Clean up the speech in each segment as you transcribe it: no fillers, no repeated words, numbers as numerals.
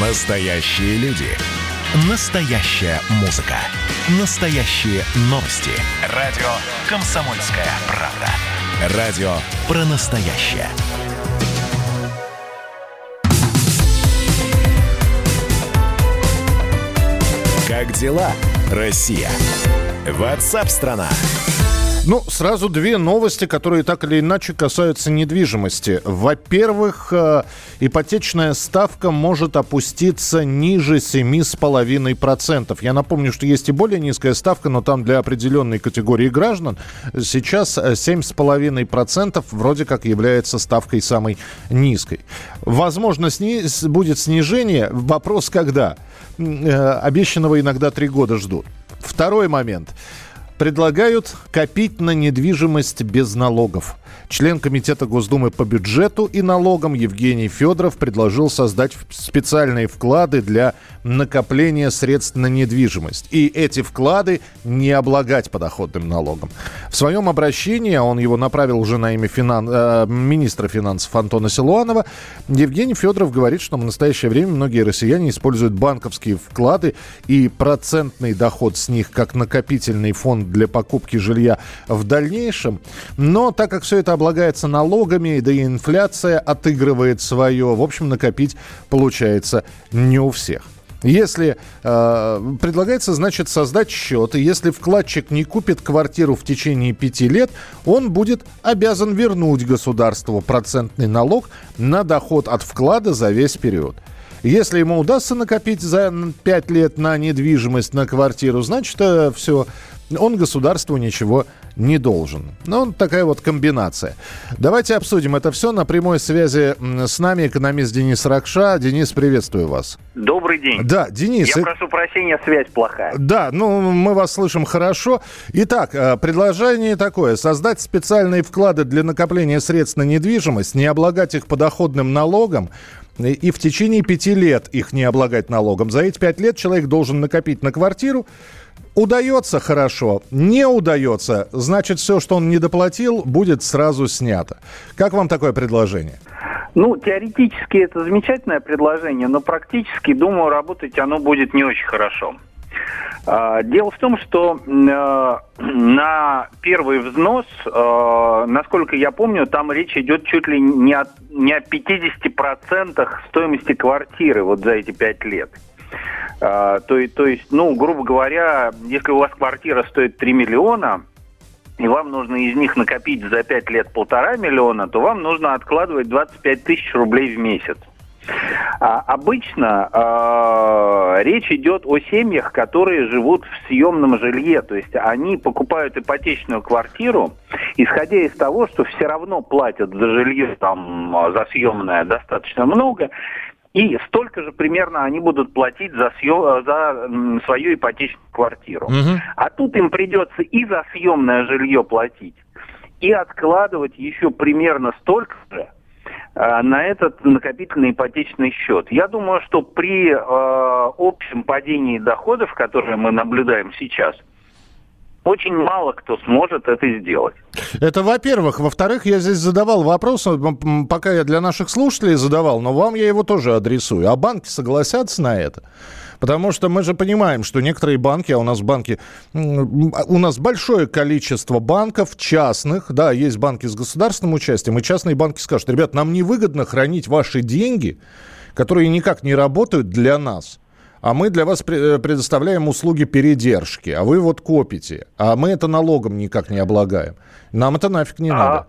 Настоящие люди. Настоящая музыка. Настоящие новости. Радио «Комсомольская правда». Радио про настоящее. Как дела, Россия? WhatsApp-страна. Сразу две новости, которые так или иначе касаются недвижимости. Во-первых, ипотечная ставка может опуститься ниже 7,5%. Я напомню, что есть и более низкая ставка, но там для определенной категории граждан. Сейчас 7,5% вроде как является ставкой самой низкой. Возможно, будет снижение. Вопрос когда? Обещанного иногда 3 года ждут. Второй момент. Предлагают копить на недвижимость без налогов. Член Комитета Госдумы по бюджету и налогам Евгений Федоров предложил создать специальные вклады для накопления средств на недвижимость. И эти вклады не облагать подоходным налогом. В своем обращении, он его направил уже на имя министра финансов Антона Силуанова, Евгений Федоров говорит, что в настоящее время многие россияне используют банковские вклады и процентный доход с них как накопительный фонд для покупки жилья в дальнейшем. Но так как все это облагается налогами, да и инфляция отыгрывает свое, в общем, накопить получается не у всех. Если предлагается, значит, создать счет, и если вкладчик не купит квартиру в течение 5 лет, он будет обязан вернуть государству процентный налог на доход от вклада за весь период. Если ему удастся накопить за 5 лет на недвижимость, на квартиру, значит, все, он государству ничего не должен. Такая вот комбинация. Давайте обсудим это все. На прямой связи с нами экономист Денис Ракша. Денис, приветствую вас. Добрый день. Да, Денис. Я прошу прощения, связь плохая. Да, мы вас слышим хорошо. Итак, предложение такое. Создать специальные вклады для накопления средств на недвижимость, не облагать их подоходным налогом, и в течение 5 лет их не облагать налогом. За эти 5 лет человек должен накопить на квартиру. Удается — хорошо, не удается, значит, все, что он недоплатил, будет сразу снято. Как вам такое предложение? Теоретически это замечательное предложение, но практически, думаю, работать оно будет не очень хорошо. Дело в том, что на первый взнос, насколько я помню, там речь идет чуть ли не о 50% стоимости квартиры вот за эти 5 лет. То есть, грубо говоря, если у вас квартира стоит 3 миллиона, и вам нужно из них накопить за 5 лет 1,5 миллиона, то вам нужно откладывать 25 тысяч рублей в месяц. Обычно речь идет о семьях, которые живут в съемном жилье, то есть они покупают ипотечную квартиру, исходя из того, что все равно платят за жилье, за съемное достаточно много, и столько же примерно они будут платить за свою ипотечную квартиру. Угу. А тут им придется и за съемное жилье платить, и откладывать еще примерно столько же на этот накопительный ипотечный счет. Я думаю, что при общем падении доходов, которое мы наблюдаем сейчас, очень мало кто сможет это сделать. Это во-первых. Во-вторых, я здесь задавал вопрос, пока я для наших слушателей задавал, но вам я его тоже адресую. А банки согласятся на это? Потому что мы же понимаем, что некоторые банки, у нас большое количество банков частных, да, есть банки с государственным участием, и частные банки скажут: ребят, нам невыгодно хранить ваши деньги, которые никак не работают для нас. А мы для вас предоставляем услуги передержки, а вы вот копите, а мы это налогом никак не облагаем. Нам это нафиг не надо.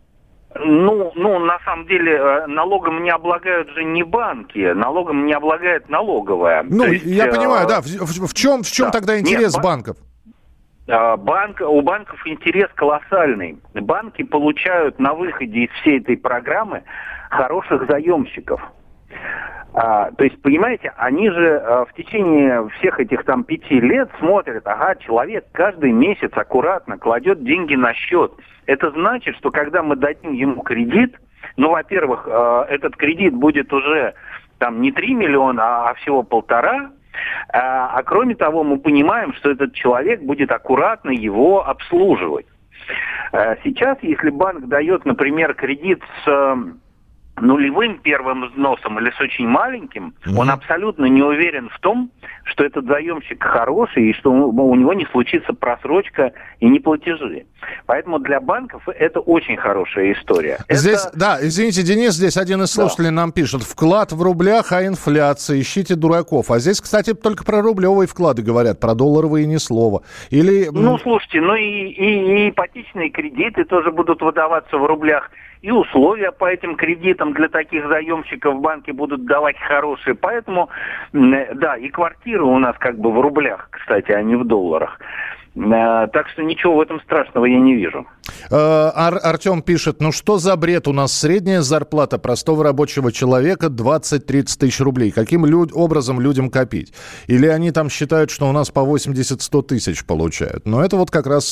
На самом деле, налогом не облагают же не банки, налогом не облагает налоговая. Я понимаю, да. В чем тогда интерес банков? У банков интерес колоссальный. Банки получают на выходе из всей этой программы хороших заемщиков. То есть, понимаете, они же в течение всех этих 5 лет смотрят, человек каждый месяц аккуратно кладет деньги на счет. Это значит, что когда мы дадим ему кредит, во-первых, этот кредит будет уже не 3 миллиона, а всего 1,5. А кроме того, мы понимаем, что этот человек будет аккуратно его обслуживать. Сейчас, если банк дает, например, кредит с нулевым первым взносом или с очень маленьким, он абсолютно не уверен в том, что этот заемщик хороший и что у него не случится просрочка и неплатежи. Поэтому для банков это очень хорошая история. Здесь, да, извините, Денис, здесь один из слушателей нам пишет: вклад в рублях, а инфляция, ищите дураков. А здесь, кстати, только про рублевые вклады говорят, про долларовые ни слова. Или... Ну, слушайте, и ипотечные кредиты тоже будут выдаваться в рублях. И условия по этим кредитам для таких заемщиков банки будут давать хорошие. Поэтому, да, и квартиры у нас как бы в рублях, кстати, а не в долларах. Так что ничего в этом страшного я не вижу. Артем пишет: ну что за бред? У нас средняя зарплата простого рабочего человека 20-30 тысяч рублей. Каким образом людям копить? Или они там считают, что у нас по 80-100 тысяч получают? Но это вот как раз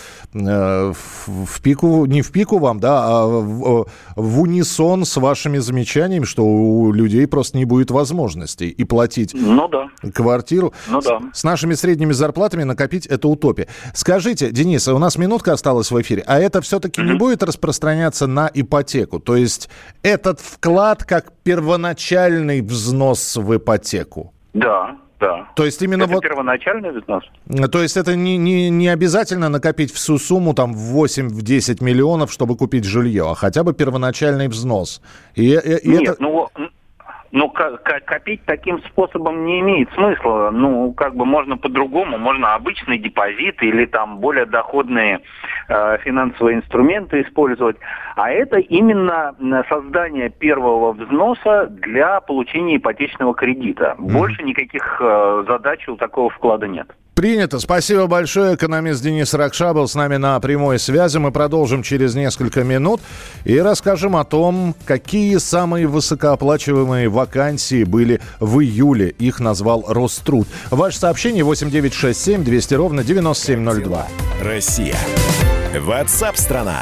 в пику, не в пику вам, да, а в унисон с вашими замечаниями, что у людей просто не будет возможностей и платить квартиру. С нашими средними зарплатами накопить — это утопия. Скажите, Денис, у нас минутка осталась в эфире, а это все-таки не будет распространяться на ипотеку? То есть этот вклад как первоначальный взнос в ипотеку? Да. То есть именно это первоначальный взнос? То есть это не обязательно накопить всю сумму там в 8-10 миллионов, чтобы купить жилье, а хотя бы первоначальный взнос. Нет, копить таким способом не имеет смысла. Можно по-другому. Можно обычный депозит или там более доходные финансовые инструменты использовать. А это именно создание первого взноса для получения ипотечного кредита. Больше никаких задач у такого вклада нет. Принято. Спасибо большое. Экономист Денис Ракша был с нами на прямой связи. Мы продолжим через несколько минут и расскажем о том, какие самые высокооплачиваемые вакансии были в июле. Их назвал Роструд. Ваше сообщение 8967 200 ровно 9702. Россия. WhatsApp-страна.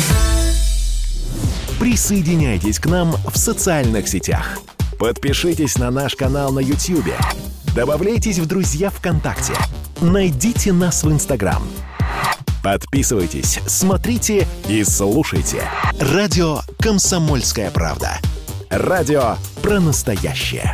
Присоединяйтесь к нам в социальных сетях. Подпишитесь на наш канал на YouTube. Добавляйтесь в друзья ВКонтакте. Найдите нас в Инстаграм. Подписывайтесь, смотрите и слушайте. Радио «Комсомольская правда». Радио про настоящее.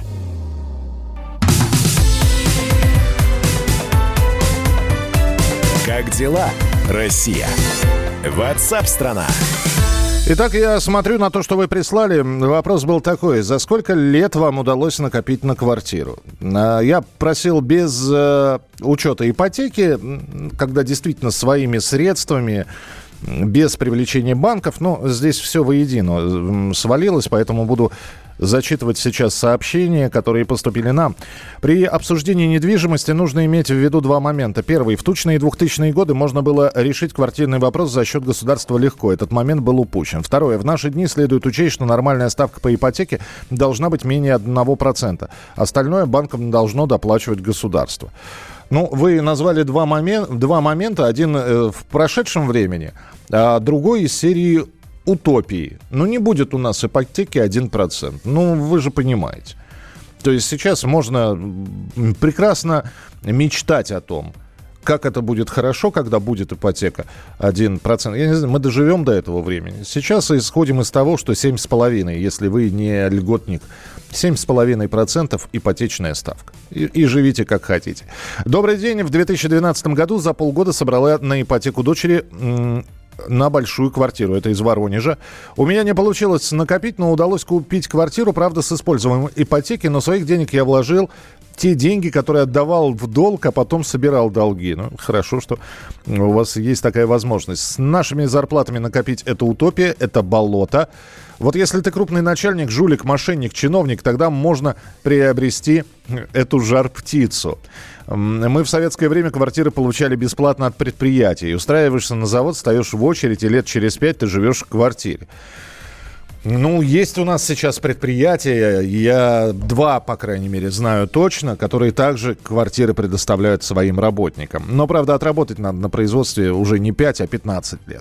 Как дела, Россия? WhatsApp-страна. Итак, я смотрю на то, что вы прислали. Вопрос был такой: за сколько лет вам удалось накопить на квартиру? Я просил без учета ипотеки, когда действительно своими средствами, без привлечения банков. Но здесь все воедино свалилось, поэтому буду зачитывать сейчас сообщения, которые поступили нам. При обсуждении недвижимости нужно иметь в виду два момента. Первый. В тучные 2000-е годы можно было решить квартирный вопрос за счет государства легко. Этот момент был упущен. Второе. В наши дни следует учесть, что нормальная ставка по ипотеке должна быть менее 1%. Остальное банкам должно доплачивать государство. Вы назвали два момента. Один в прошедшем времени, а другой из серии утопии. Не будет у нас ипотеки 1%. Вы же понимаете. То есть сейчас можно прекрасно мечтать о том, как это будет хорошо, когда будет ипотека 1%. Я не знаю, мы доживем до этого времени. Сейчас исходим из того, что 7,5%, если вы не льготник, 7,5% ипотечная ставка. И живите как хотите. Добрый день. В 2012 году за полгода собрала на ипотеку дочери на большую квартиру. Это из Воронежа. У меня не получилось накопить, но удалось купить квартиру, правда, с использованием ипотеки, но своих денег я вложил те деньги, которые отдавал в долг, а потом собирал долги. Хорошо, что у вас есть такая возможность. С нашими зарплатами накопить — это утопия, это болото. Вот если ты крупный начальник, жулик, мошенник, чиновник, тогда можно приобрести эту жар-птицу. Мы в советское время квартиры получали бесплатно от предприятий. Устраиваешься на завод, встаешь в очередь, и лет через 5 ты живешь в квартире. Есть у нас сейчас предприятия, я 2, по крайней мере, знаю точно, которые также квартиры предоставляют своим работникам. Но, правда, отработать надо на производстве уже не 5, а 15 лет.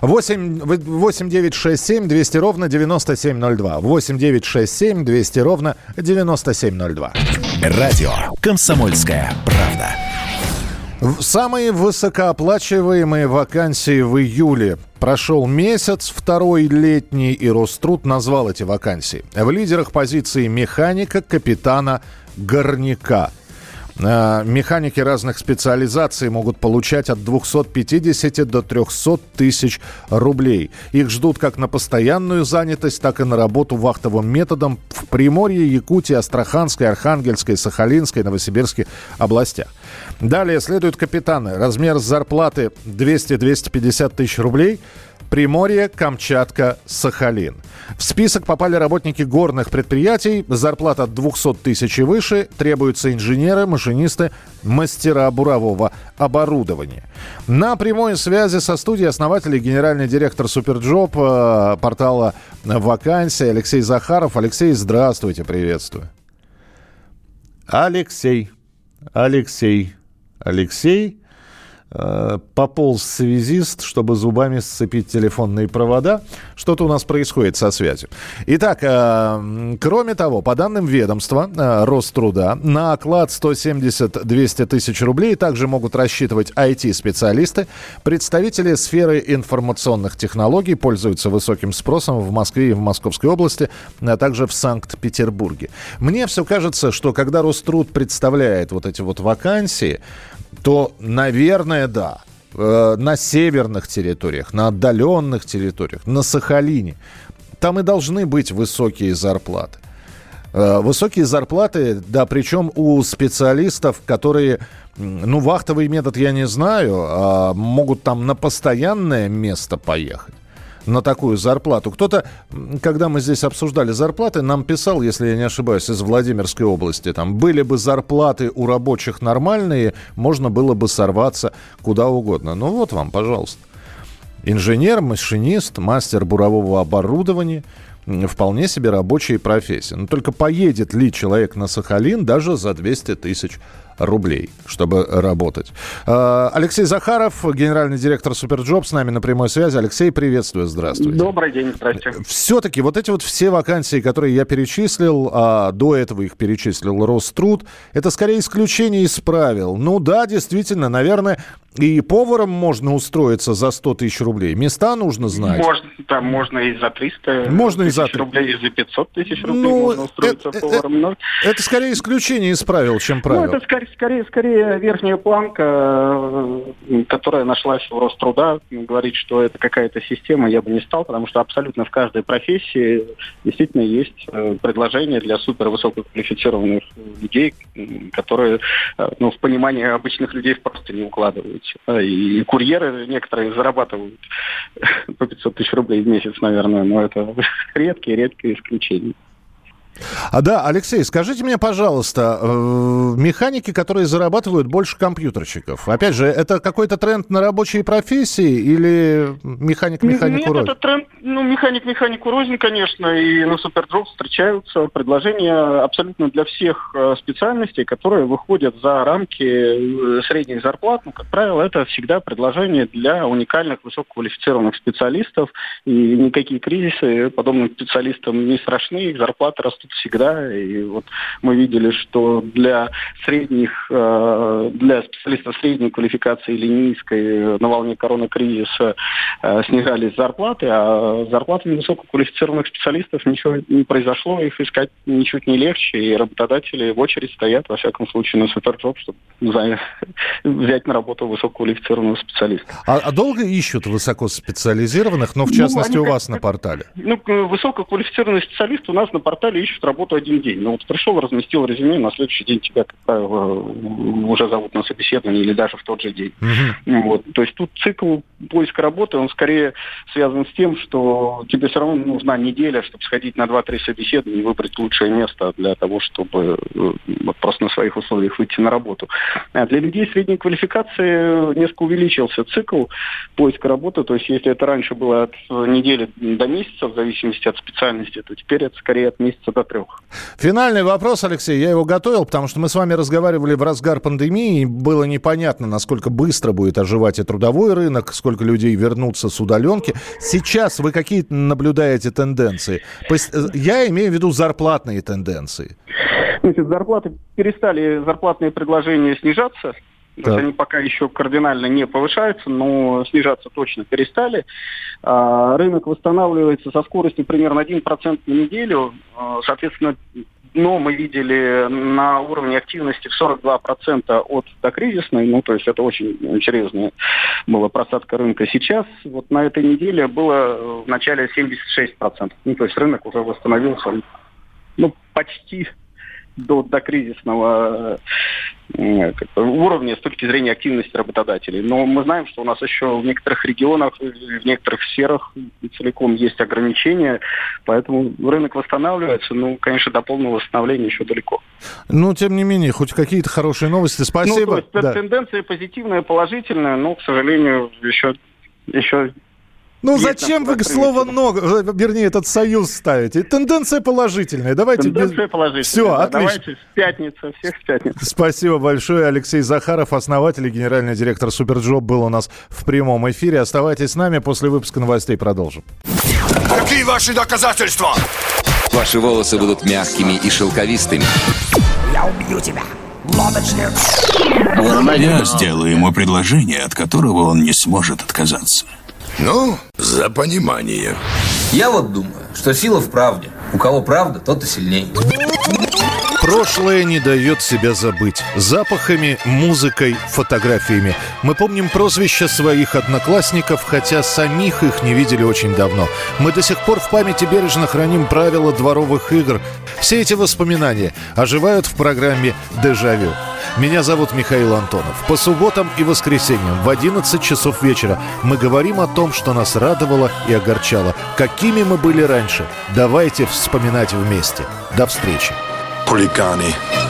8 9 6 7 200 ровно 9702. 8 9 6 7 200 ровно 9702. Радио «Комсомольская правда». Самые высокооплачиваемые вакансии в июле. Прошел месяц, второй летний, и Роструд назвал эти вакансии. В лидерах позиции механика, капитана, горняка. Механики разных специализаций могут получать от 250 до 300 тысяч рублей. Их ждут как на постоянную занятость, так и на работу вахтовым методом в Приморье, Якутии, Астраханской, Архангельской, Сахалинской, Новосибирской областях. Далее следуют капитаны. Размер зарплаты 200-250 тысяч рублей. Приморье, Камчатка, Сахалин. В список попали работники горных предприятий. Зарплата от 200 тысяч и выше. Требуются инженеры, машинисты, мастера бурового оборудования. На прямой связи со студией основатель и генеральный директор Суперджоп портала «Вакансия» Алексей Захаров. Алексей, здравствуйте, приветствую. Алексей. Пополз связист, чтобы зубами сцепить телефонные провода. Что-то у нас происходит со связью. Итак, кроме того, по данным ведомства Роструда, на оклад 170-200 тысяч рублей также могут рассчитывать IT-специалисты. Представители сферы информационных технологий пользуются высоким спросом в Москве и в Московской области, а также в Санкт-Петербурге. Мне все кажется, что когда Роструд представляет вот эти вот вакансии, то, наверное, да, на северных территориях, на отдаленных территориях, на Сахалине, там и должны быть высокие зарплаты. Высокие зарплаты, да, причем у специалистов, которые, вахтовый метод я не знаю, могут там на постоянное место поехать. На такую зарплату. Кто-то, когда мы здесь обсуждали зарплаты, нам писал, если я не ошибаюсь, из Владимирской области, там, были бы зарплаты у рабочих нормальные, можно было бы сорваться куда угодно. Ну вот вам, пожалуйста. Инженер, машинист, мастер бурового оборудования. Вполне себе рабочие профессии. Но только поедет ли человек на Сахалин даже за 200 тысяч рублей, чтобы работать. Алексей Захаров, генеральный директор Суперджоп, с нами на прямой связи. Алексей, приветствую, здравствуйте. Добрый день, здравствуйте. Все-таки вот эти вот все вакансии, которые я перечислил, до этого их перечислил Роструд, это скорее исключение из правил. Ну да, действительно, наверное, и поваром можно устроиться за 100 тысяч рублей. Места нужно знать. Можно и за 300 тысяч рублей, и за 500 тысяч рублей можно устроиться поваром. Это скорее исключение из правил, чем правило. Это скорее верхняя планка, которая нашлась в Роструда. Говорить, что это какая-то система, я бы не стал, потому что абсолютно в каждой профессии действительно есть предложения для супервысококвалифицированных людей, которые в понимании обычных людей просто не укладываются. И курьеры некоторые зарабатывают по 500 тысяч рублей в месяц, наверное, но это редкие исключения. Да, Алексей, скажите мне, пожалуйста, механики, которые зарабатывают больше компьютерщиков, опять же, это какой-то тренд на рабочие профессии или механику рознь? Нет, это тренд, механику рознь, конечно, и на Суперджоп встречаются предложения абсолютно для всех специальностей, которые выходят за рамки средних зарплат. Как правило, это всегда предложения для уникальных высококвалифицированных специалистов, и никакие кризисы подобным специалистам не страшны, их зарплаты растут всегда. И вот мы видели, что для специалистов средней квалификации или низкой на волне коронакризиса снижались зарплаты, а зарплатами высококвалифицированных специалистов ничего не произошло, их искать ничуть не легче, и работодатели в очередь стоят, во всяком случае, на Суперджоп, чтобы взять на работу высококвалифицированного специалиста. А долго ищут высокоспециализированных, в частности, у вас на портале? Высококвалифицированный специалист у нас на портале ищут работу один день. Пришел, разместил резюме, на следующий день тебя, как правило, уже зовут на собеседование или даже в тот же день. То есть тут цикл поиска работы, он скорее связан с тем, что тебе все равно нужна неделя, чтобы сходить на 2-3 собеседования и выбрать лучшее место для того, чтобы просто на своих условиях выйти на работу. А для людей средней квалификации несколько увеличился цикл поиска работы. То есть если это раньше было от недели до месяца, в зависимости от специальности, то теперь это скорее от месяца до 3. Финальный вопрос, Алексей. Я его готовил, потому что мы с вами разговаривали в разгар пандемии, и было непонятно, насколько быстро будет оживать и трудовой рынок, сколько людей вернутся с удаленки. Сейчас вы какие наблюдаете тенденции? Я имею в виду зарплатные тенденции. Зарплаты перестали, зарплатные предложения снижаться. То есть они пока еще кардинально не повышаются, но снижаться точно перестали. Рынок восстанавливается со скоростью примерно 1% на неделю. Соответственно, дно мы видели на уровне активности в 42% от докризисной. Ну, то есть это очень серьезная была просадка рынка. Сейчас вот на этой неделе было в начале 76%. Ну, то есть рынок уже восстановился почти до докризисного уровня с точки зрения активности работодателей. Но мы знаем, что у нас еще в некоторых регионах, в некоторых сферах целиком есть ограничения, поэтому рынок восстанавливается. Конечно, до полного восстановления еще далеко. Тем не менее, хоть какие-то хорошие новости. Спасибо. То есть тенденция позитивная, положительная, но, к сожалению, еще зачем вы слово этот союз ставите? Тенденция положительная. Давайте Тенденция положительная. Все, отлично. Давайте в пятницу. Всех в пятницу. Спасибо большое. Алексей Захаров, основатель и генеральный директор Суперджоп, был у нас в прямом эфире. Оставайтесь с нами. После выпуска новостей продолжим. Какие ваши доказательства? Ваши волосы будут мягкими и шелковистыми. Я убью тебя. Лодочник. Я сделаю ему предложение, от которого он не сможет отказаться. За понимание. Я думаю, что сила в правде. У кого правда, тот и сильней. Прошлое не дает себя забыть. Запахами, музыкой, фотографиями. Мы помним прозвища своих одноклассников, хотя самих их не видели очень давно. Мы до сих пор в памяти бережно храним правила дворовых игр. Все эти воспоминания оживают в программе «Дежавю». Меня зовут Михаил Антонов. По субботам и воскресеньям в 11 часов вечера мы говорим о том, что нас радовало и огорчало. Какими мы были раньше. Давайте вспоминать вместе. До встречи. Хулиганы.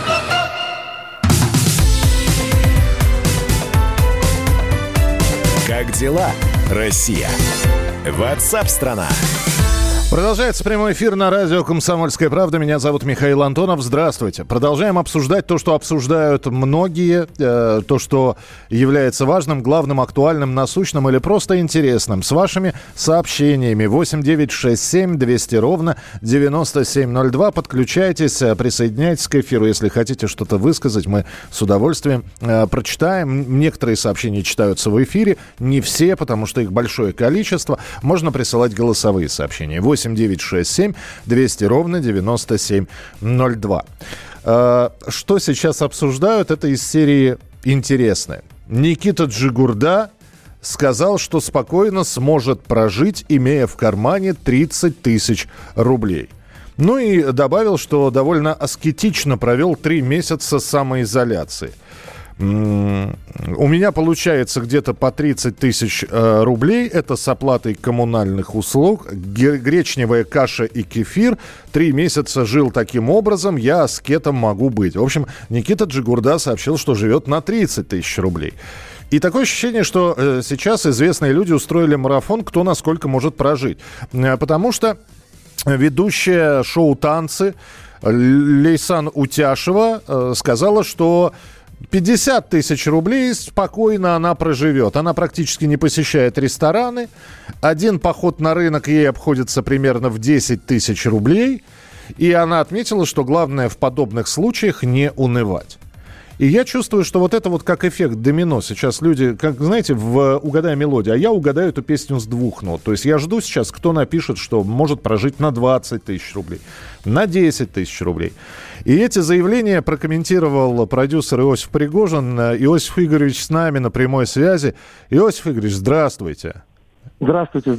Как дела, Россия? WhatsApp-страна. Продолжается прямой эфир на радио «Комсомольская правда». Меня зовут Михаил Антонов. Здравствуйте. Продолжаем обсуждать то, что обсуждают многие, то, что является важным, главным, актуальным, насущным или просто интересным. С вашими сообщениями 8 200 ровно 9702. Подключайтесь, присоединяйтесь к эфиру. Если хотите что-то высказать, мы с удовольствием прочитаем. Некоторые сообщения читаются в эфире, не все, потому что их большое количество. Можно присылать голосовые сообщения. 8 967 200 ровно 9702. Что сейчас обсуждают, это из серии «Интересное». Никита Джигурда сказал, что спокойно сможет прожить, имея в кармане 30 тысяч рублей. И добавил, что довольно аскетично провел 3 месяца самоизоляции. У меня получается где-то по 30 тысяч рублей. Это с оплатой коммунальных услуг, гречневая каша и кефир. 3 месяца жил таким образом, я аскетом могу быть. В общем, Никита Джигурда сообщил, что живет на 30 тысяч рублей. И такое ощущение, что сейчас известные люди устроили марафон, кто насколько может прожить. Потому что ведущая шоу «Танцы» Лейсан Утяшева сказала, что 50 тысяч рублей спокойно она проживет. Она практически не посещает рестораны. Один поход на рынок ей обходится примерно в 10 тысяч рублей. И она отметила, что главное в подобных случаях не унывать. И я чувствую, что вот это вот как эффект домино. Сейчас люди, как, знаете, в «Угадай мелодию», а я угадаю эту песню с 2 нот. То есть я жду сейчас, кто напишет, что может прожить на 20 тысяч рублей, на 10 тысяч рублей. И эти заявления прокомментировал продюсер Иосиф Пригожин. Иосиф Игоревич с нами на прямой связи. Иосиф Игоревич, здравствуйте. Здравствуйте.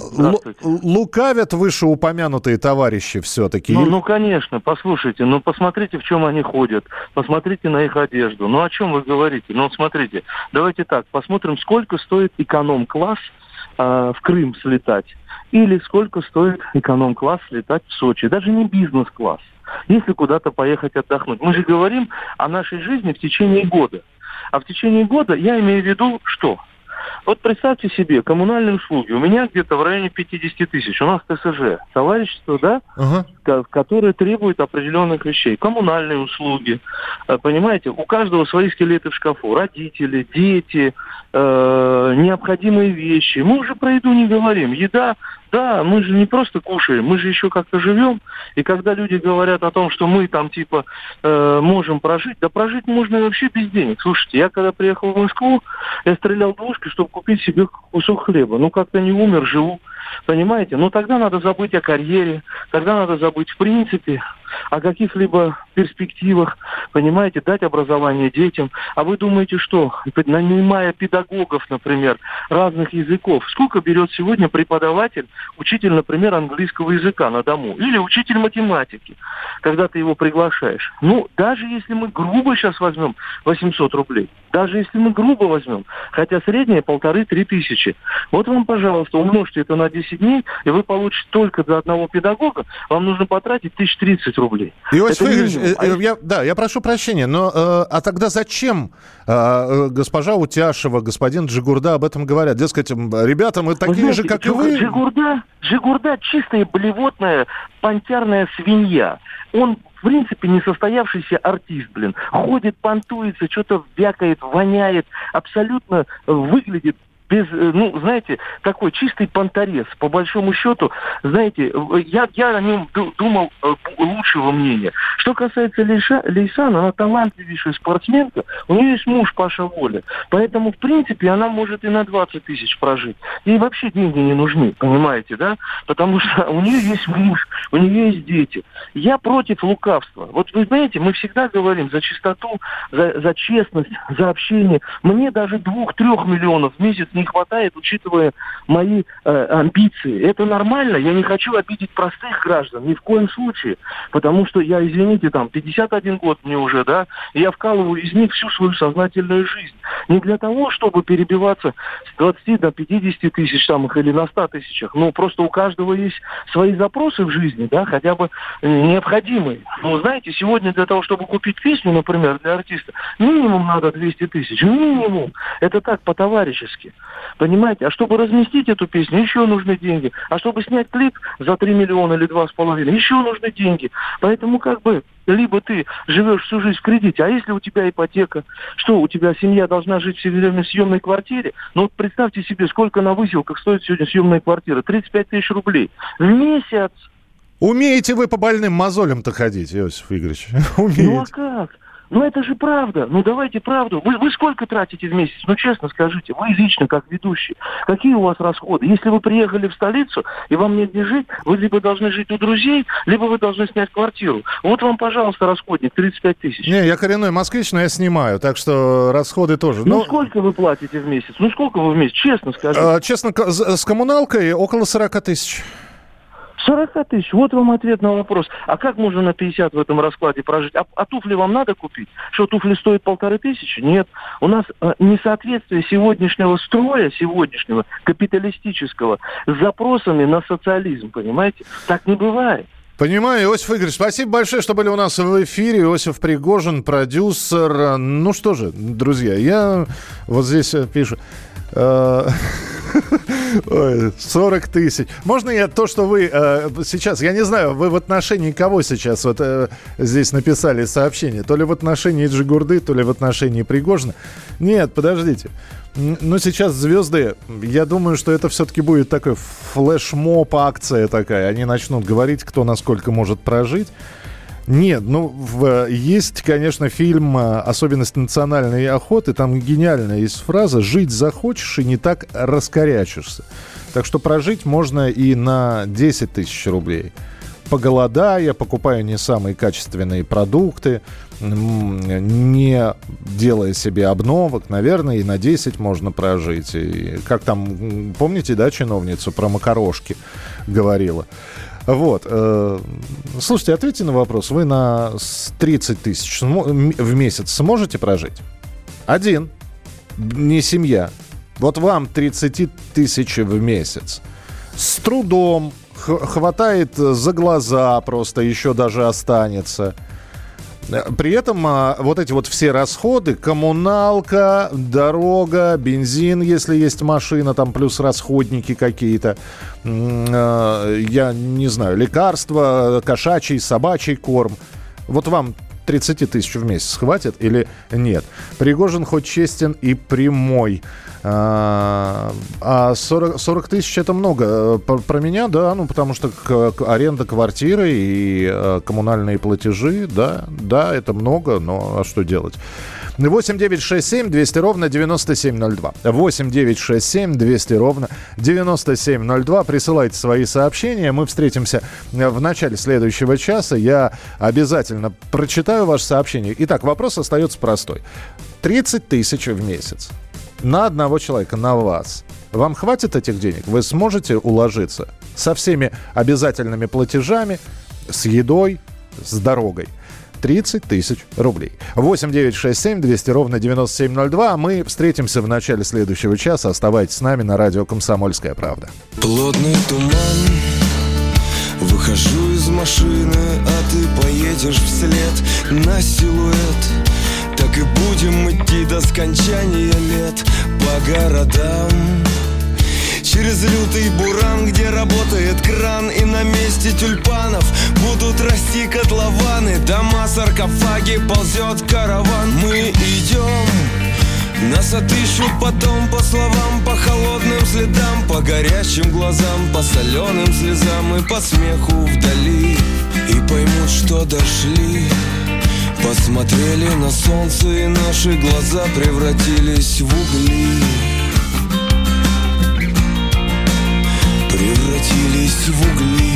Лукавят вышеупомянутые товарищи все-таки? Конечно, послушайте, посмотрите, в чем они ходят, посмотрите на их одежду. О чем вы говорите? Смотрите, давайте так, посмотрим, сколько стоит эконом-класс в Крым слетать, или сколько стоит эконом-класс слетать в Сочи, даже не бизнес-класс, если куда-то поехать отдохнуть. Мы же говорим о нашей жизни в течение года, а в течение года я имею в виду что? Вот представьте себе, коммунальные услуги. У меня где-то в районе 50 тысяч. У нас ТСЖ, товарищество, да, которое требует определенных вещей. Коммунальные услуги, понимаете, у каждого свои скелеты в шкафу. Родители, дети, необходимые вещи. Мы уже про еду не говорим. Еда Да, мы же не просто кушаем, мы же еще как-то живем. И когда люди говорят о том, что мы там типа можем прожить, да прожить можно и вообще без денег. Слушайте, я когда приехал в Москву, я стрелял двушкой, чтобы купить себе кусок хлеба. Ну как-то не умер, живу. Понимаете? Но тогда надо забыть о карьере, тогда надо забыть в принципе о каких-либо перспективах, понимаете, дать образование детям. А вы думаете, что, нанимая педагогов, например, разных языков, сколько берет сегодня преподаватель, учитель, например, английского языка на дому, или учитель математики, когда ты его приглашаешь? Ну, даже если мы грубо сейчас возьмем 800 рублей, даже если мы грубо возьмем, хотя средняя 1500-3 тысячи, вот вам, пожалуйста, умножьте это на 10 дней, и вы получите только за одного педагога, вам нужно потратить 1030 рублей. Иосиф Игоревич, я прошу прощения, но а тогда зачем госпожа Утяшева, господин Джигурда об этом говорят? Дескать, ребята, мы такие знаете, же, как и вы. Джигурда чистая блевотная понтярная свинья. Он, в принципе, несостоявшийся артист, ходит, понтуется, что-то вякает, воняет, абсолютно выглядит без, знаете, такой чистый понторез. По большому счету, знаете, я о нем думал лучшего мнения. Что касается Лейсан, она талантливейшая спортсменка, у нее есть муж Паша Воля. Поэтому, в принципе, она может и на 20 тысяч прожить. Ей вообще деньги не нужны, понимаете, да? Потому что у нее есть муж, у нее есть дети. Я против лукавства. Вот вы знаете, мы всегда говорим за чистоту, за честность, за общение. Мне даже 2-3 миллионов в месяц не хватает, учитывая мои амбиции. Это нормально. Я не хочу обидеть простых граждан ни в коем случае. Потому что я, извините, 51 год мне уже, да, и я вкалываю из них всю свою сознательную жизнь. Не для того, чтобы перебиваться с 20 до 50 тысяч или на 100 тысячах. Ну, просто у каждого есть свои запросы в жизни, да, хотя бы необходимые. Ну, знаете, сегодня для того, чтобы купить песню, например, для артиста, минимум надо 200 тысяч. Минимум. Это так, по-товарищески. Понимаете? А чтобы разместить эту песню, еще нужны деньги. А чтобы снять клип за 3 миллиона или 2,5, еще нужны деньги. Поэтому либо ты живешь всю жизнь в кредите, а если у тебя ипотека, что, у тебя семья должна жить все время в съемной квартире? Ну вот представьте себе, сколько на выселках стоит сегодня съемная квартира. 35 тысяч рублей в месяц. Умеете вы по больным мозолям-то ходить, Иосиф Игоревич? Умеете. Ну а как? Ну это же правда. Ну давайте правду. Вы сколько тратите в месяц? Ну честно скажите, вы лично как ведущий. Какие у вас расходы? Если вы приехали в столицу и вам негде жить, вы либо должны жить у друзей, либо вы должны снять квартиру. Вот вам, пожалуйста, расходник 35 тысяч. Не, я коренной москвич, но я снимаю, так что расходы тоже. Ну сколько вы платите в месяц? Ну сколько вы в месяц? Честно скажите. Честно, с коммуналкой около 40 тысяч. 40 тысяч. Вот вам ответ на вопрос. А как можно на 50 в этом раскладе прожить? А туфли вам надо купить? Что, туфли стоят 1500? Нет. У нас несоответствие сегодняшнего строя, сегодняшнего капиталистического, с запросами на социализм, понимаете? Так не бывает. Понимаю, Иосиф Игоревич, спасибо большое, что были у нас в эфире. Иосиф Пригожин, продюсер. Ну что же, друзья, я вот здесь пишу... 40 тысяч. Можно я то, что вы сейчас, я не знаю, вы в отношении кого сейчас вот здесь написали сообщение? То ли в отношении Джигурды, то ли в отношении Пригожина? Нет, подождите. Ну, сейчас звезды, я думаю, что это все-таки будет такой флешмоб, акция такая. Они начнут говорить, кто насколько может прожить. Нет, есть, конечно, фильм «Особенность национальной охоты». Там гениальная есть фраза «Жить захочешь и не так раскорячишься». Так что прожить можно и на 10 тысяч рублей. Поголодая, покупая не самые качественные продукты, не делая себе обновок, наверное, и на 10 можно прожить. И как там, помните, да, чиновница про макарошки говорила? Вот. Слушайте, ответьте на вопрос. Вы на 30 тысяч в месяц сможете прожить? Один. Не семья. Вот вам 30 тысяч в месяц. С трудом. Хватает за глаза просто, еще даже останется. При этом вот эти вот все расходы, коммуналка, дорога, бензин, если есть машина, там плюс расходники какие-то, я не знаю, лекарства, кошачий, собачий корм. Вот вам 30 тысяч в месяц хватит или нет? Пригожин хоть честен и прямой. А 40 тысяч это много. Про меня, да, ну потому что аренда квартиры и коммунальные платежи, да, это много, но а что делать? 8 9 6 7 200 ровно 9702. 8 9 6 7 200 ровно 9702. Присылайте свои сообщения. Мы встретимся в начале следующего часа. Я обязательно прочитаю ваше сообщение. Итак, вопрос остается простой. 30 тысяч в месяц. На одного человека, на вас. Вам хватит этих денег? Вы сможете уложиться со всеми обязательными платежами, с едой, с дорогой? 30 тысяч рублей. 8 9 6 7 200 ровно 9702. А мы встретимся в начале следующего часа. Оставайтесь с нами на радио «Комсомольская правда». Плотный туман. Выхожу из машины, а ты поедешь вслед на силуэт. Так и будем идти до скончания лет по городам. Через лютый буран, где работает кран, и на месте тюльпанов будут расти котлованы. Дома, саркофаги, ползет караван. Мы идем, нас отыщут потом по словам, по холодным следам, по горящим глазам, по соленым слезам и по смеху вдали. И поймут, что дошли. Посмотрели на солнце, и наши глаза превратились в угли. Превратились в угли.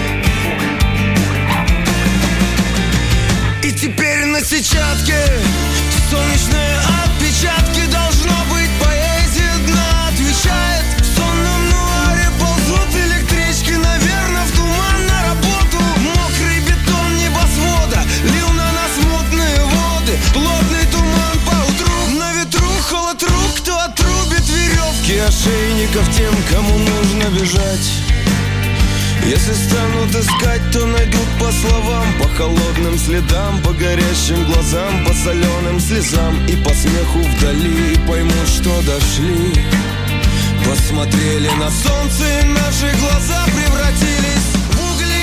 И теперь на сетчатке солнечные отпечатки. Должно быть, поэзия дна отвечает. В сонном нуаре ползут электрички, наверное, в туман на работу. Мокрый бетон небосвода лил на нас мутные воды. Плотный туман поутру, на ветру холод рук. Кто отрубит веревки ошейников тем, кому нужно бежать? Если станут искать, то найдут по словам, по холодным следам, по горящим глазам, по соленым слезам и по смеху вдали. И поймут, что дошли. Посмотрели на солнце, и наши глаза превратились в угли.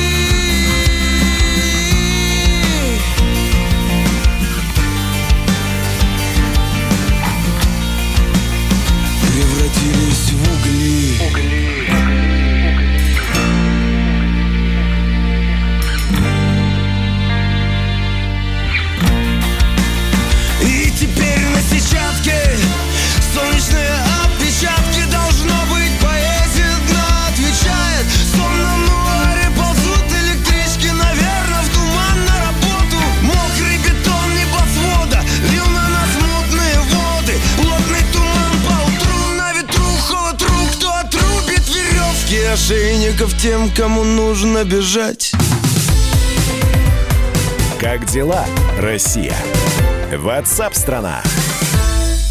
Превратились в угли. И теперь на сетчатке солнечные отпечатки. Должно быть, поэзия дна отвечает. В сонном нуаре ползут электрички, наверное, в туман на работу. Мокрый бетон небосвода лил на нас мутные воды. Плотный туман поутру, на ветру холод рук. Кто отрубит веревки ошейников тем, кому нужно бежать? Как дела, Россия? WhatsApp-страна!